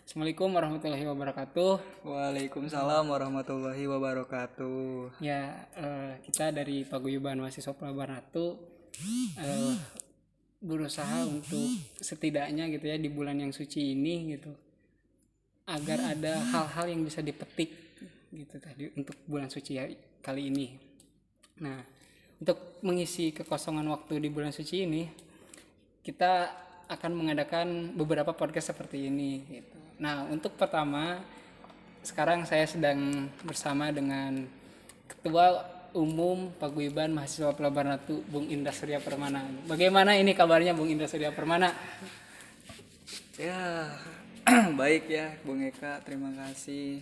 Assalamualaikum warahmatullahi wabarakatuh. Waalaikumsalam warahmatullahi wabarakatuh. Ya, kita dari Paguyuban Mahasiswa Pelabuhan Ratu eh, berusaha untuk setidaknya gitu ya di bulan yang suci ini gitu, agar ada hal-hal yang bisa dipetik gitu tadi untuk bulan suci kali ini. Nah, untuk mengisi kekosongan waktu di bulan suci ini, kita akan mengadakan beberapa podcast seperti ini gitu. Nah, untuk pertama, sekarang saya sedang bersama dengan Ketua Umum Paguyuban Mahasiswa Pelabuhan Ratu, Bung Indra Surya Permana. Bagaimana ini kabarnya Bung Indra Surya Permana? Ya, baik ya Bung Eka, terima kasih.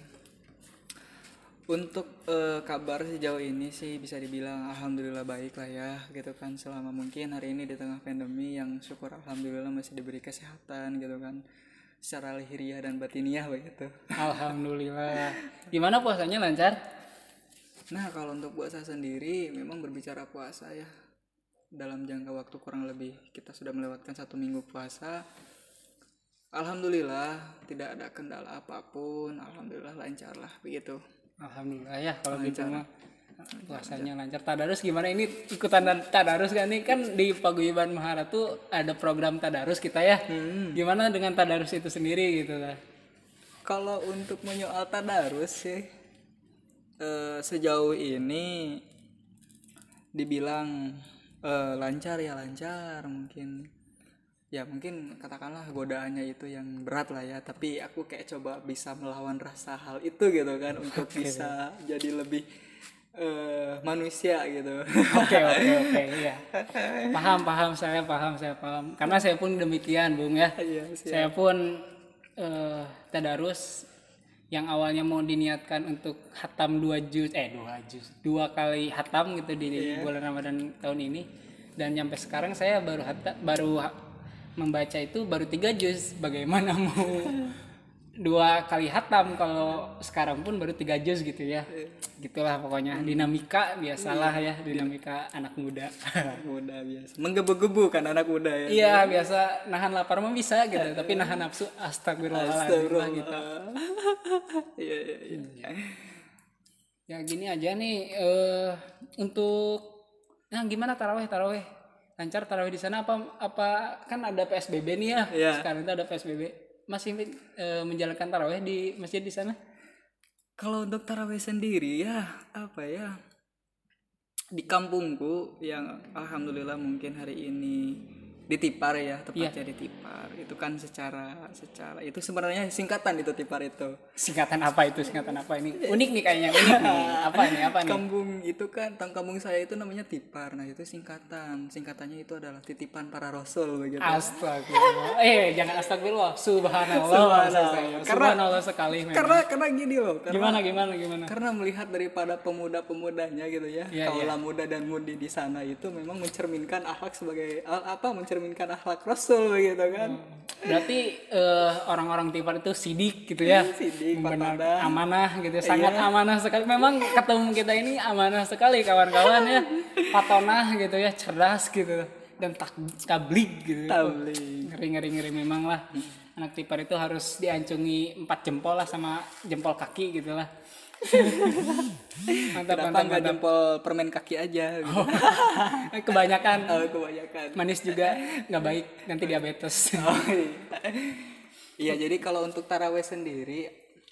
Untuk kabar sejauh ini sih bisa dibilang alhamdulillah baik lah ya gitu kan, selama mungkin hari ini di tengah pandemi yang syukur alhamdulillah masih diberi kesehatan gitu kan, secara lahiriah dan batiniah begitu. Alhamdulillah. Gimana puasanya, lancar? Nah, kalau untuk puasa sendiri memang berbicara puasa ya, dalam jangka waktu kurang lebih kita sudah melewatkan 1 minggu puasa. Alhamdulillah tidak ada kendala apapun, alhamdulillah lancar lah begitu. Alhamdulillah ya kalau gitu Lancar. mah. Puasanya lancar. Tadarus gimana, ini ikutan tadarus kan nih, kan di Paguyuban Maharatu ada program tadarus kita ya. Gimana dengan tadarus itu sendiri gitu lah. Kalau untuk menyoal tadarus sih sejauh ini dibilang lancar ya lancar, mungkin katakanlah godaannya itu yang berat lah ya, tapi aku kayak coba bisa melawan rasa hal itu gitu kan untuk bisa jadi lebih manusia gitu. Oke, iya. Paham, saya paham. Karena saya pun demikian, Bung ya. Iya, siap. Saya pun tadarus yang awalnya mau diniatkan untuk hatam 2 kali hatam gitu di bulan Ramadan tahun ini, dan sampai sekarang saya membaca itu baru 3 juz. Bagaimana mau 2 kali hatam kalau sekarang pun baru 3 juz gitu ya. Gitulah pokoknya, dinamika biasalah ya, dinamika anak muda. Muda biasa menggebu-gebu kan anak muda ya. Iya, biasa nahan lapar mah bisa gitu, tapi nahan nafsu astagfirullahaladzim lah gitu. Iya. Ya gini aja nih, untuk gimana taraweh lancar taraweh di sana apa kan ada PSBB nih ya. Iya. Sekarang itu ada PSBB, masih menjalankan taraweh di masjid di sana? Kalau untuk tarawih sendiri ya apa ya, di kampungku yang alhamdulillah mungkin hari ini di Tipar ya, tepatnya di Tipar itu kan secara itu sebenarnya singkatan itu Tipar itu. Singkatan apa ini? Unik nih kayaknya, unik nih. Apa nih? Kampung itu kan, kampung saya itu namanya Tipar. Nah, itu singkatannya itu adalah titipan para rasul begitu. Astagfirullah. Jangan astagfirullah. Subhanallah sekali memang. Karena gini loh. Gimana? Karena melihat daripada pemuda-pemudanya gitu ya, kaula muda dan mudi di sana itu memang mencerminkan akhlak mencerminkan akhlak Rasul begitu kan. Berarti orang-orang Tipar itu sidik gitu ya. Sidik, benar amanah gitu, sangat amanah sekali. Memang ketemu kita ini amanah sekali kawan-kawan ya. Patonah gitu ya, cerdas gitu, dan tabligh gitu. Ngeri memang lah. Anak Tipar itu harus diancungi 4 jempol lah sama jempol kaki gitu lah. Mantap. Jempol permen kaki aja gitu. Kebanyakan. Kebanyakan. Manis juga nggak baik, nanti diabetes. Iya, jadi kalau untuk taraweh sendiri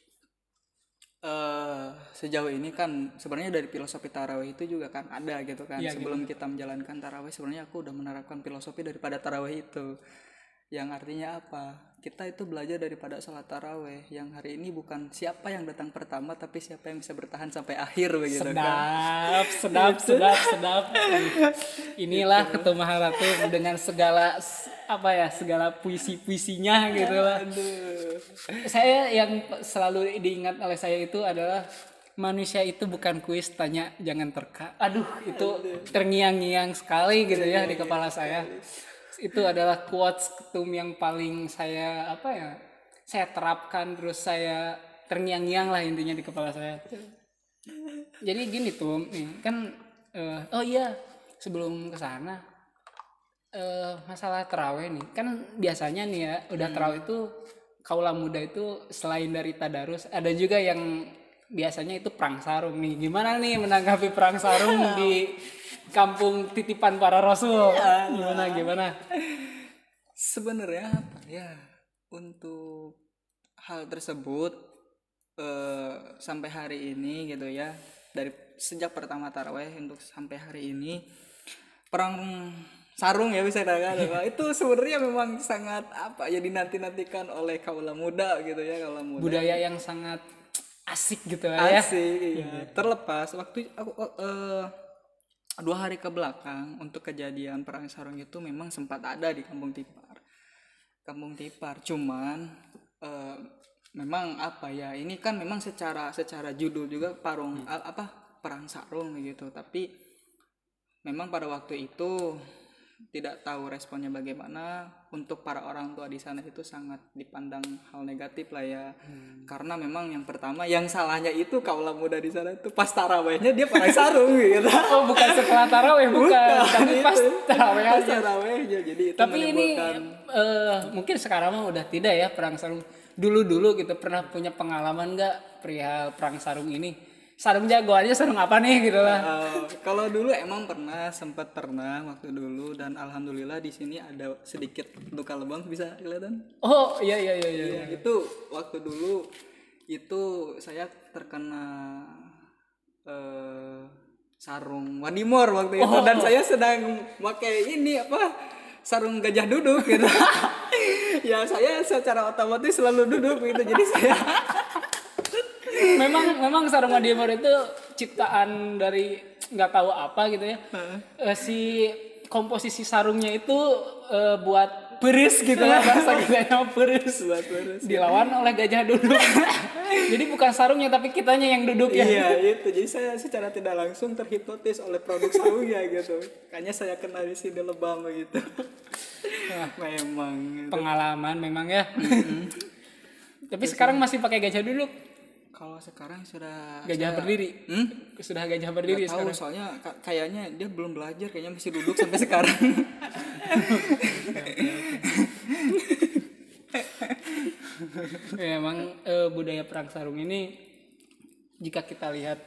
sejauh ini kan sebenarnya dari filosofi taraweh itu juga kan ada gitu kan. Sebelum kita menjalankan taraweh sebenarnya aku udah menerapkan filosofi daripada taraweh itu, yang artinya apa? Kita itu belajar daripada sholat taraweh yang hari ini bukan siapa yang datang pertama, tapi siapa yang bisa bertahan sampai akhir begitu kan. Sedap. Inilah Ketua Maharatu dengan segala puisi-puisinya gitu lah. Saya yang selalu diingat oleh saya itu adalah manusia itu bukan kuis tanya jangan terka. Itu terngiang-ngiang sekali gitu ya di kepala saya. Itu adalah quotes ketum yang paling saya terapkan, terus saya terngiang-ngiang lah intinya di kepala saya. Jadi gini tuh nih kan, sebelum kesana masalah taraweh nih kan biasanya nih ya, udah taraweh itu kaula muda itu selain dari tadarus ada juga yang biasanya itu perang sarung nih. Gimana nih menanggapi perang sarung di kampung titipan para rasul? Gimana? Sebenarnya apa ya, untuk hal tersebut sampai hari ini gitu ya, dari sejak pertama taraweh untuk sampai hari ini, perang sarung ya bisa dikatakan itu sebenarnya memang sangat apa ya, dinanti-nantikan oleh kaula muda gitu ya, kaula muda. Budaya yang sangat asik gitu ya. Asik, iya. Terlepas waktu aku 2 hari ke belakang untuk kejadian perang sarung itu memang sempat ada di Kampung Tipar. Cuman memang apa ya, ini kan memang secara judul juga perang sarung gitu, tapi memang pada waktu itu tidak tahu responnya bagaimana. Untuk para orang tua di sana itu sangat dipandang hal negatif lah ya, karena memang yang pertama yang salahnya itu kaula muda di sana itu pas tarawehnya dia pakai sarung gitu. Oh bukan setelah taraweh, bukan, tapi pas taraweh aja. Tarawehnya, jadi itu Tapi menimbulkan... ini mungkin sekarang mah udah tidak ya perang sarung. Dulu gitu pernah punya pengalaman nggak perihal perang sarung ini? Sarung jagoannya sarung apa nih gitu lah. Kalau dulu emang sempat pernah waktu dulu, dan alhamdulillah di sini ada sedikit luka lebam, bisa kelihatan. Oh iya. Itu waktu dulu itu saya terkena sarung wadimor waktu itu, dan saya sedang pakai ini sarung gajah duduk gitu. Ya saya secara otomatis selalu duduk gitu, jadi saya memang sarung wadimor itu ciptaan dari nggak tahu apa gitu ya. Si komposisi sarungnya itu buat beris gitu lah, bahasa kitanya beris. Dilawan oleh gajah duduk. Jadi bukan sarungnya tapi kitanya yang duduk ya. Iya itu. Jadi saya secara tidak langsung terhipnotis oleh produk sarungnya gitu. Kayaknya saya kena di sini lebam gitu. Memang gitu. Pengalaman memang ya. Tapi sekarang masih pakai gajah duduk. Kalau sekarang sudah berdiri. Sudah gajah berdiri tahu, sekarang. soalnya kayaknya dia belum belajar, kayaknya masih duduk sampai sekarang. Ya, emang budaya perang sarung ini jika kita lihat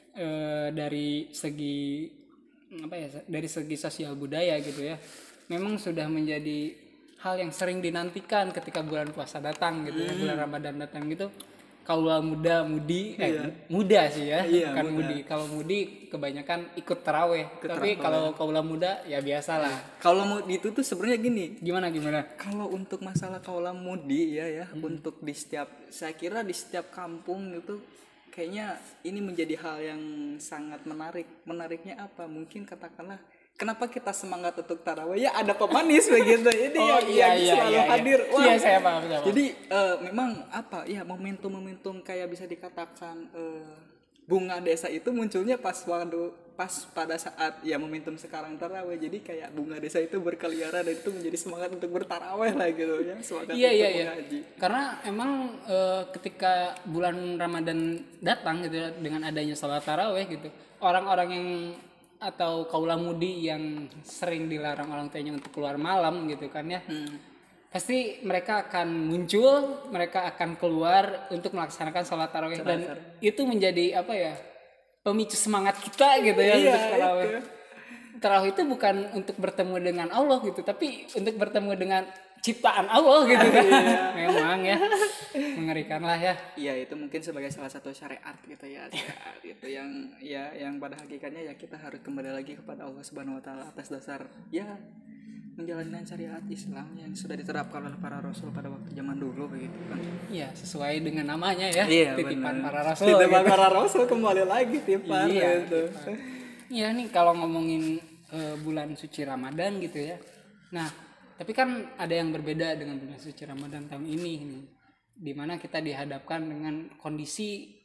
dari segi dari segi sosial budaya gitu ya, memang sudah menjadi hal yang sering dinantikan ketika bulan puasa datang gitu ya, bulan Ramadan datang gitu. Kaula mudi muda sih ya, bukan muda. Mudi. Kalau mudi kebanyakan ikut taraweh. Tapi kalau kaula muda ya biasalah. Kalau mudi itu tuh sebenarnya gini. Gimana? Kalau untuk masalah kaula mudi ya, untuk saya kira di setiap kampung itu kayaknya ini menjadi hal yang sangat menarik. Menariknya apa? Mungkin katakanlah, kenapa kita semangat untuk tarawih ya, ada pemanis begitu ini yang selalu hadir. Wah, iya saya paham. Jadi memang apa ya, momentum kayak bisa dikatakan bunga desa itu munculnya pas pada saat ya momentum sekarang tarawih. Jadi kayak bunga desa itu berkeliaran dan itu menjadi semangat untuk bertarawih lah gitu ya, semangat untuk mengaji. Karena emang ketika bulan Ramadan datang gitu ya, dengan adanya salat tarawih gitu, orang-orang yang atau kaula mudi yang sering dilarang orang tuanya untuk keluar malam gitu kan ya, pasti mereka akan muncul, mereka akan keluar untuk melaksanakan sholat tarawih, dan itu menjadi pemicu semangat kita gitu ya untuk tarawih. Tarawih itu bukan untuk bertemu dengan Allah gitu, tapi untuk bertemu dengan ciptaan Allah gitu kan. Memang ya mengerikan lah ya. Iya, itu mungkin sebagai salah satu syariat gitu ya. Syariat itu yang pada hakikatnya ya kita harus kembali lagi kepada Allah Subhanahu wa taala atas dasar ya menjalankan syariat Islam yang sudah diterapkan oleh para rasul pada waktu zaman dulu begitu kan. Iya, sesuai dengan namanya ya. Titipan benar. para rasul. Titipan gitu. Para rasul kembali lagi titipan gitu. Iya nih kalau ngomongin bulan suci Ramadan gitu ya. Nah, tapi kan ada yang berbeda dengan bulan suci Ramadan tahun ini nih, di mana kita dihadapkan dengan kondisi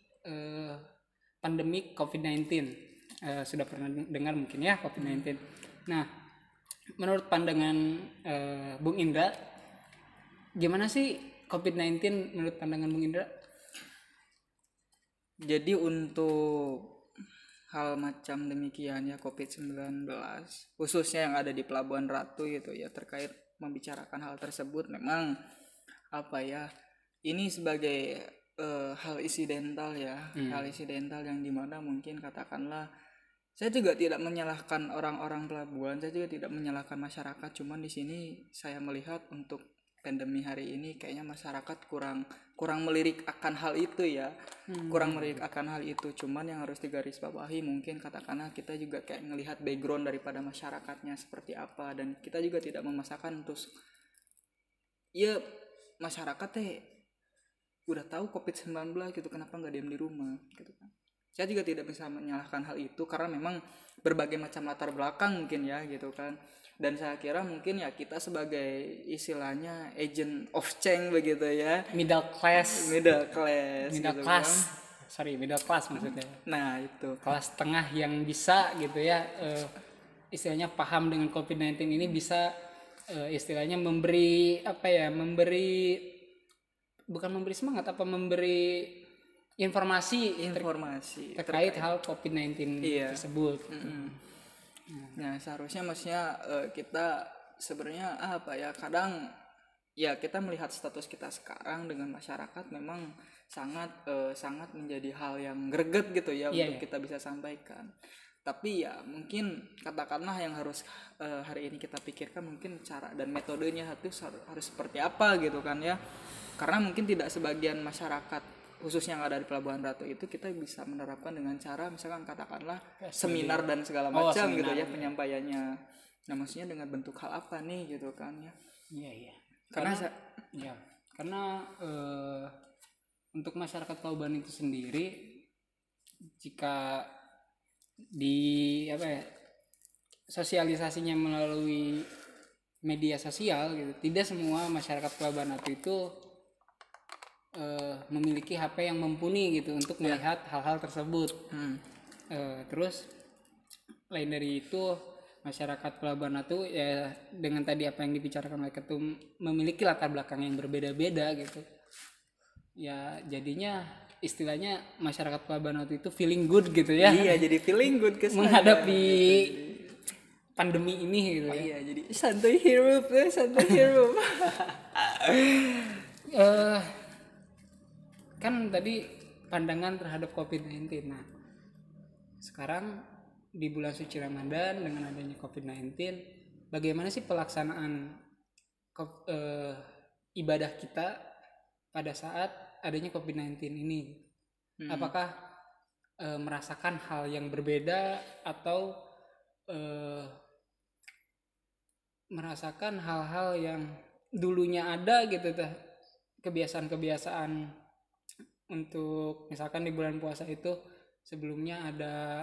pandemik COVID-19. Sudah pernah dengar mungkin ya COVID-19. Nah, menurut pandangan Bung Indra, gimana sih COVID-19 menurut pandangan Bung Indra? Jadi untuk hal macam demikian ya, COVID-19 khususnya yang ada di Pelabuhan Ratu gitu ya, terkait membicarakan hal tersebut memang ini sebagai hal insidental ya, hal insidental yang dimana mungkin katakanlah saya juga tidak menyalahkan orang-orang pelabuhan, saya juga tidak menyalahkan masyarakat, cuman di sini saya melihat untuk pandemi hari ini kayaknya masyarakat kurang melirik akan hal itu ya, kurang melirik akan hal itu. Cuman yang harus digarisbawahi mungkin katakanlah kita juga kayak ngelihat background daripada masyarakatnya seperti apa, dan kita juga tidak memaksakan untuk ya masyarakat udah tahu COVID-19 gitu, kenapa nggak diam di rumah gitu kan. Saya juga tidak bisa menyalahkan hal itu karena memang berbagai macam latar belakang mungkin ya gitu kan. Dan saya kira mungkin ya kita sebagai istilahnya agent of change begitu ya, middle class gitu class kan. Middle class maksudnya. Nah itu kelas tengah yang bisa gitu ya, istilahnya paham dengan COVID-19 ini, bisa istilahnya memberi bukan memberi semangat, memberi informasi terkait hal COVID-19 tersebut. Nah seharusnya maksudnya kita sebenarnya kadang ya kita melihat status kita sekarang dengan masyarakat memang sangat menjadi hal yang greget gitu ya untuk kita bisa sampaikan. Tapi ya mungkin katakanlah yang harus hari ini kita pikirkan mungkin cara dan metodenya harus seperti apa gitu kan ya. Karena mungkin tidak sebagian masyarakat khususnya yang ada di Pelabuhan Ratu itu kita bisa menerapkan dengan cara misalkan katakanlah seminar dan segala macam gitu ya penyampaiannya. Nah maksudnya dengan bentuk hal apa nih gitu kan ya. Iya. Karena untuk masyarakat Pelabuhan itu sendiri, jika sosialisasinya melalui media sosial gitu, tidak semua masyarakat Pelabuhan Ratu itu memiliki HP yang mumpuni gitu untuk melihat hal-hal tersebut. Terus lain dari itu, masyarakat Pelabuhan Ratu ya dengan tadi apa yang dibicarakan oleh Ketum memiliki latar belakang yang berbeda-beda gitu. Ya jadinya istilahnya masyarakat Pelabuhan Ratu itu feeling good gitu ya. Iya, jadi feeling good menghadapi pandemi ini gitu ya. Iya, jadi santuy hirup. Kan tadi pandangan terhadap COVID-19. Nah, sekarang di bulan suci Ramadan dengan adanya COVID-19, bagaimana sih pelaksanaan ibadah kita pada saat adanya COVID-19 ini? Apakah merasakan hal yang berbeda atau merasakan hal-hal yang dulunya ada gitu, kebiasaan-kebiasaan untuk misalkan di bulan puasa itu sebelumnya ada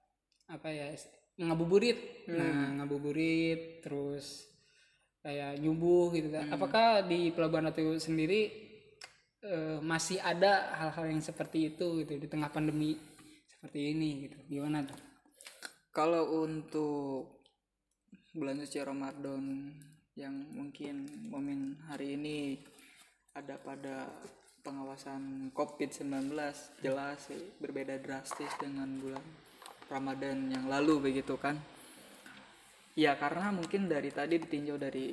ngabuburit. Nah, ngabuburit terus kayak nyubuh gitu kan. Apakah di Pelabuhan Ratu sendiri masih ada hal-hal yang seperti itu gitu di tengah pandemi seperti ini gitu? Gimana tuh? Kalau untuk bulan suci Ramadan yang mungkin momen hari ini ada pada pengawasan COVID-19, jelas sih berbeda drastis dengan bulan Ramadan yang lalu begitu kan. Ya karena mungkin dari tadi ditinjau dari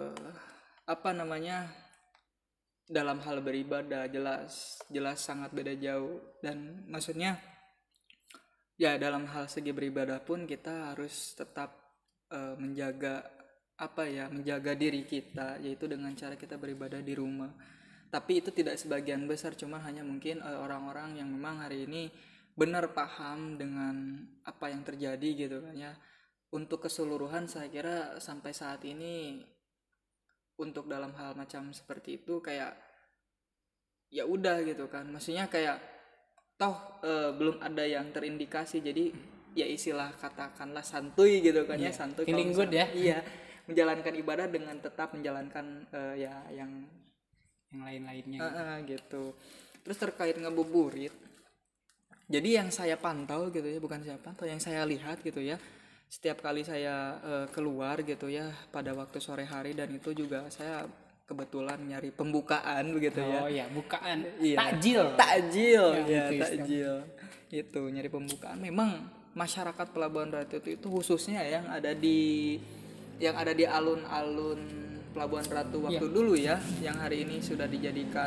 dalam hal beribadah jelas sangat beda jauh. Dan maksudnya ya dalam hal segi beribadah pun kita harus tetap menjaga diri kita, yaitu dengan cara kita beribadah di rumah. Tapi itu tidak sebagian besar, cuma hanya mungkin orang-orang yang memang hari ini benar paham dengan apa yang terjadi gitu kan ya. Untuk keseluruhan saya kira sampai saat ini untuk dalam hal macam seperti itu kayak ya udah gitu kan. Maksudnya kayak belum ada yang terindikasi, jadi ya istilah katakanlah santuy gitu kan ya, santuy feeling good ya. Iya, menjalankan ibadah dengan tetap menjalankan yang lain-lainnya gitu. Terus terkait ngabuburit, jadi yang saya pantau gitu ya, bukan saya pantau, yang saya lihat gitu ya, setiap kali saya keluar gitu ya pada waktu sore hari, dan itu juga saya kebetulan nyari pembukaan begitu ya. Oh ya, bukaan. Iya. Takjil itu nyari pembukaan. Memang masyarakat Pelabuhan Ratu itu khususnya yang ada di alun-alun Pelabuhan Ratu waktu dulu ya, yang hari ini sudah dijadikan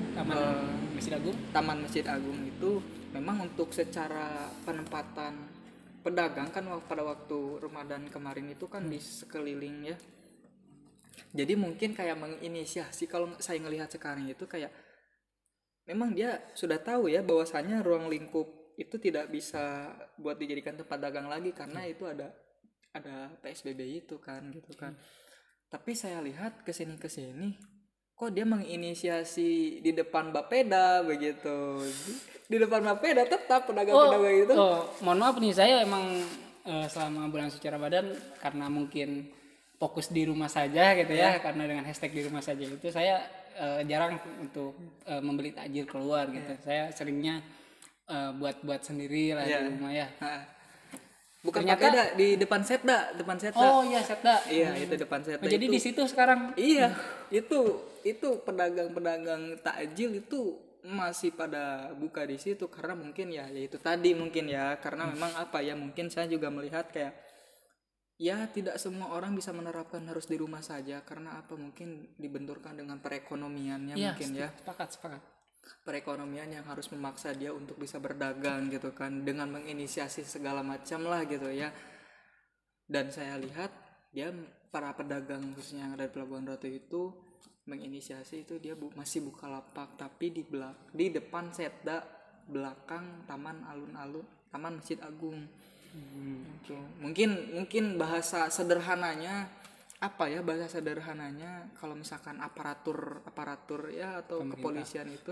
Taman Masjid Agung itu memang untuk secara penempatan pedagang kan pada waktu Ramadan kemarin itu kan di sekeliling ya. Jadi mungkin kayak menginisiasi, kalau saya ngelihat sekarang itu kayak memang dia sudah tahu ya bahwasannya ruang lingkup itu tidak bisa buat dijadikan tempat dagang lagi karena itu ada PSBB itu kan gitu kan. Tapi saya lihat kesini kok dia menginisiasi di depan Bapeda begitu. Di depan Bapeda tetap pedagang-pedagang itu. Mohon maaf nih, saya emang selama bulan suci Ramadan karena mungkin fokus di rumah saja gitu ya, karena dengan hashtag di rumah saja itu saya jarang untuk membeli takjil keluar gitu. Saya seringnya buat sendiri lah di rumah ya. Bukan ternyata di depan Setda. Oh iya, Setda. Iya, itu depan Setda. Jadi di situ sekarang. Iya, itu pedagang-pedagang takjil itu masih pada buka di situ karena mungkin ya itu tadi mungkin ya karena memang apa ya, mungkin saya juga melihat kayak ya tidak semua orang bisa menerapkan harus di rumah saja karena apa, mungkin dibenturkan dengan perekonomiannya mungkin ya. Sepakat. Perekonomian yang harus memaksa dia untuk bisa berdagang gitu kan, dengan menginisiasi segala macam lah gitu ya. Dan saya lihat dia para pedagang khususnya yang ada di Pelabuhan Ratu itu menginisiasi itu dia masih buka lapak tapi di depan Setda belakang Taman Alun-Alun, Taman Masjid Agung. Gitu. Mungkin bahasa sederhananya apa ya, bahasa sederhananya kalau misalkan aparatur ya atau pemerintah, kepolisian itu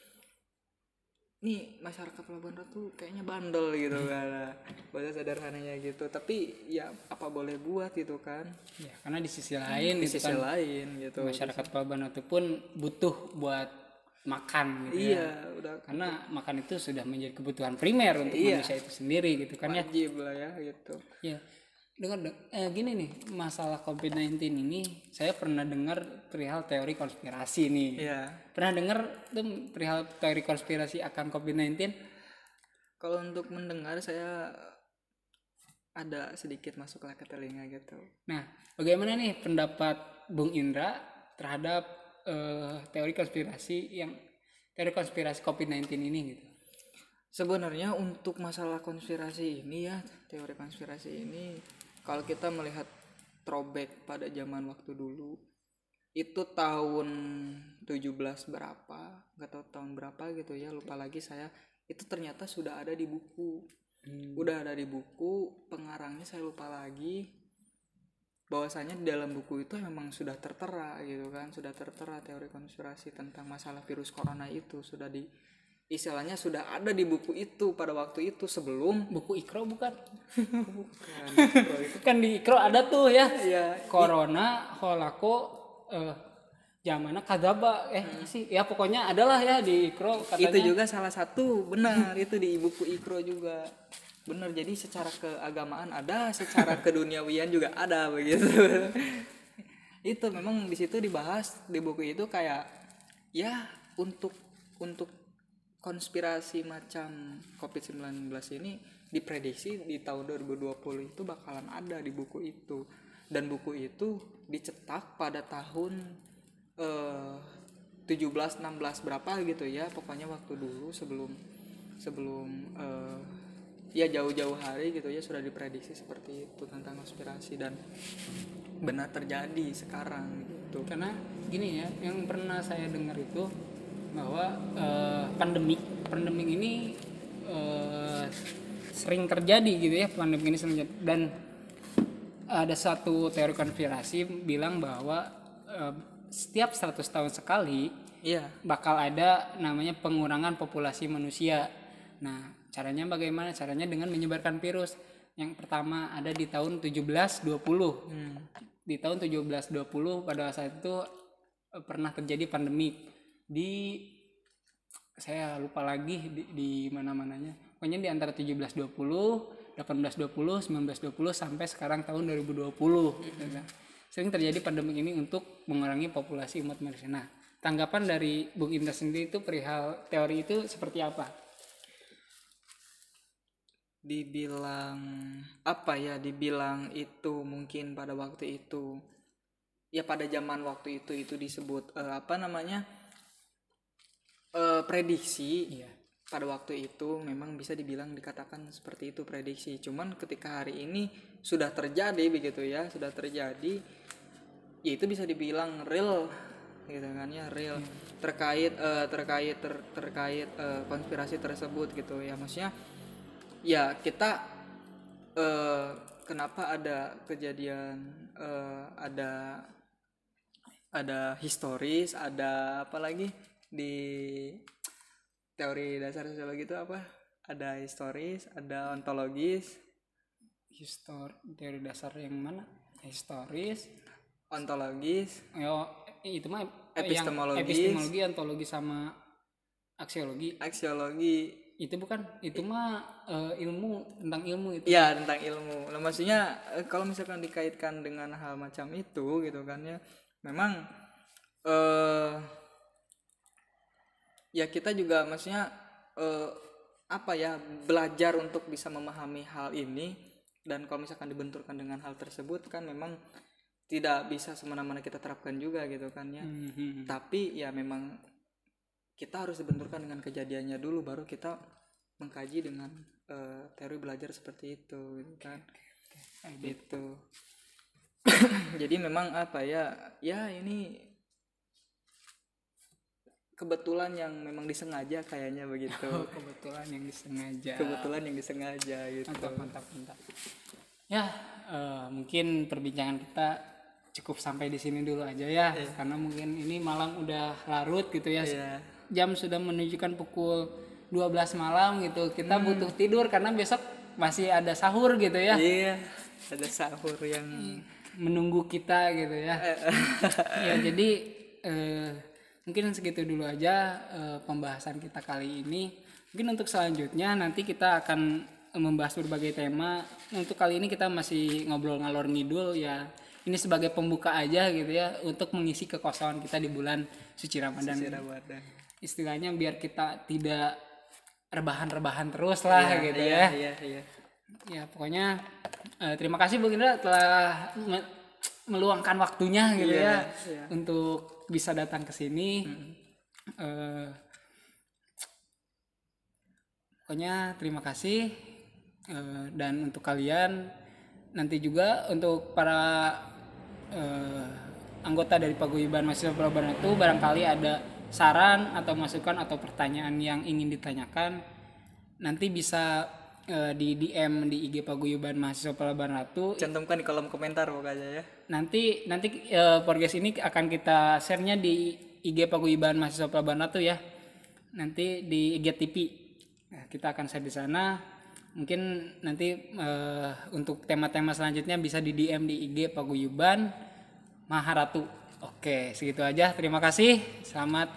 nih masyarakat Pelabuhan Ratu kayaknya bandel gitu kan, bahasa sederhananya gitu. Tapi ya apa boleh buat gitu kan ya, karena di sisi lain gitu masyarakat Pelabuhan Ratu pun butuh buat makan gitu udah, karena makan itu sudah menjadi kebutuhan primer untuk manusia itu sendiri gitu kan, wajib lah ya gitu ya. Dengar gini nih, masalah COVID-19 ini saya pernah dengar perihal teori konspirasi nih. Pernah dengar tuh perihal teori konspirasi akan COVID-19? Kalau untuk mendengar saya ada sedikit masuklah ke telinga gitu. Nah, bagaimana nih pendapat Bung Indra terhadap teori konspirasi COVID-19 ini gitu? Sebenarnya untuk masalah konspirasi ini ya, teori konspirasi ini kalau kita melihat throwback pada zaman waktu dulu itu tahun 17 berapa, nggak tahu tahun berapa gitu ya, lupa lagi saya, itu ternyata sudah ada di buku. Udah ada di buku, pengarangnya saya lupa lagi, bahwasanya di dalam buku itu memang sudah tertera gitu kan, sudah tertera teori konspirasi tentang masalah virus corona itu istilahnya sudah ada di buku itu pada waktu itu, sebelum buku Ikro bukan? Bukan di Ikro ada tuh ya, corona holako zamana kadzaba sih ya, pokoknya adalah ya di Ikro katanya. Itu juga salah satu benar itu di buku Ikro juga benar. Jadi secara keagamaan ada, secara keduniawian juga ada begitu. Itu memang di situ dibahas di buku itu kayak ya untuk konspirasi macam COVID-19 ini diprediksi di tahun 2020 itu bakalan ada di buku itu. Dan buku itu dicetak pada tahun 17-16 berapa gitu ya, pokoknya waktu dulu sebelum ya jauh-jauh hari gitu ya sudah diprediksi seperti itu tentang konspirasi, dan benar terjadi sekarang gitu. Karena gini ya, yang pernah saya dengar itu bahwa pandemik ini sering terjadi gitu ya, pandemi ini sering terjadi. Dan ada satu teori konspirasi bilang bahwa setiap 100 tahun sekali bakal ada namanya pengurangan populasi manusia. Nah, caranya bagaimana? Caranya dengan menyebarkan virus. Yang pertama ada di tahun 1720. Di tahun 1720 pada saat itu pernah terjadi pandemik saya lupa lagi di mana-mananya. Pokoknya di antara 1720, 1820, 1920 sampai sekarang tahun 2020. Sering terjadi pandemi ini untuk mengurangi populasi umat manusia. Nah, tanggapan dari Bung Indra sendiri itu perihal teori itu seperti apa? Dibilang apa ya? Dibilang itu mungkin pada waktu itu ya pada zaman waktu itu disebut prediksi. Iya. Pada waktu itu memang bisa dibilang dikatakan seperti itu, prediksi. Cuman ketika hari ini sudah terjadi begitu ya, sudah terjadi, ya itu bisa dibilang real gitu kan ya, real terkait konspirasi tersebut gitu ya. Maksudnya ya kita kenapa ada kejadian ada historis, ada apa lagi di teori dasar sosiologi itu apa? Ada historis, ada ontologis. Teori dasar yang mana? Historis, ontologis. Itu mah epistemologi, ontologi sama aksiologi. Itu bukan? Itu mah ilmu, tentang ilmu itu. Iya, tentang ilmu. Nah, maksudnya kalau misalkan dikaitkan dengan hal macam itu gitu kan ya, memang ya kita juga maksudnya belajar untuk bisa memahami hal ini, dan kalau misalkan dibenturkan dengan hal tersebut kan memang tidak bisa semena-mena kita terapkan juga gitu kan ya. Tapi ya memang kita harus dibenturkan dengan kejadiannya dulu, baru kita mengkaji dengan teori belajar seperti itu gitu kan. Gitu. Jadi memang ini kebetulan yang memang disengaja kayaknya begitu. Kebetulan yang disengaja gitu. Mantap. Ya, mungkin perbincangan kita cukup sampai di sini dulu aja ya. Karena mungkin ini malam udah larut gitu ya. Jam sudah menunjukkan pukul 12 malam gitu. Kita butuh tidur karena besok masih ada sahur gitu ya. Iya, ada sahur yang menunggu kita gitu ya. Ya, jadi mungkin segitu dulu aja pembahasan kita kali ini. Mungkin untuk selanjutnya nanti kita akan membahas berbagai tema. Untuk kali ini kita masih ngobrol ngalor ngidul ya. Ini sebagai pembuka aja gitu ya, untuk mengisi kekosongan kita di bulan suci Ramadan. Istilahnya biar kita tidak rebahan terus lah gitu ya. Iya. Ya pokoknya terima kasih Bu Indra telah meluangkan waktunya gitu ya untuk bisa datang ke sini. Pokoknya terima kasih, dan untuk kalian nanti juga untuk para anggota dari Paguyuban Mahasiswa Pelabuhan itu barangkali ada saran atau masukan atau pertanyaan yang ingin ditanyakan, nanti bisa di DM di IG Paguyuban Mahasiswa Pelabuhan Ratu. Cantumkan di kolom komentar pokoknya ya. Nanti podcast ini akan kita share-nya di IG Paguyuban Mahasiswa Pelabuhan Ratu ya. Nanti di IGTV. Nah, kita akan share di sana. Mungkin nanti untuk tema-tema selanjutnya bisa di DM di IG Paguyuban Maharatu. Oke, segitu aja. Terima kasih. Selamat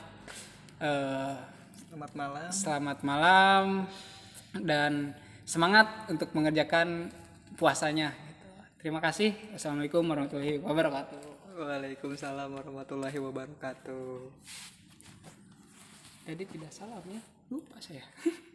malam. Selamat malam dan semangat untuk mengerjakan puasanya. Terima kasih. Assalamualaikum warahmatullahi wabarakatuh. Waalaikumsalam warahmatullahi wabarakatuh. Jadi tidak salam ya, lupa saya.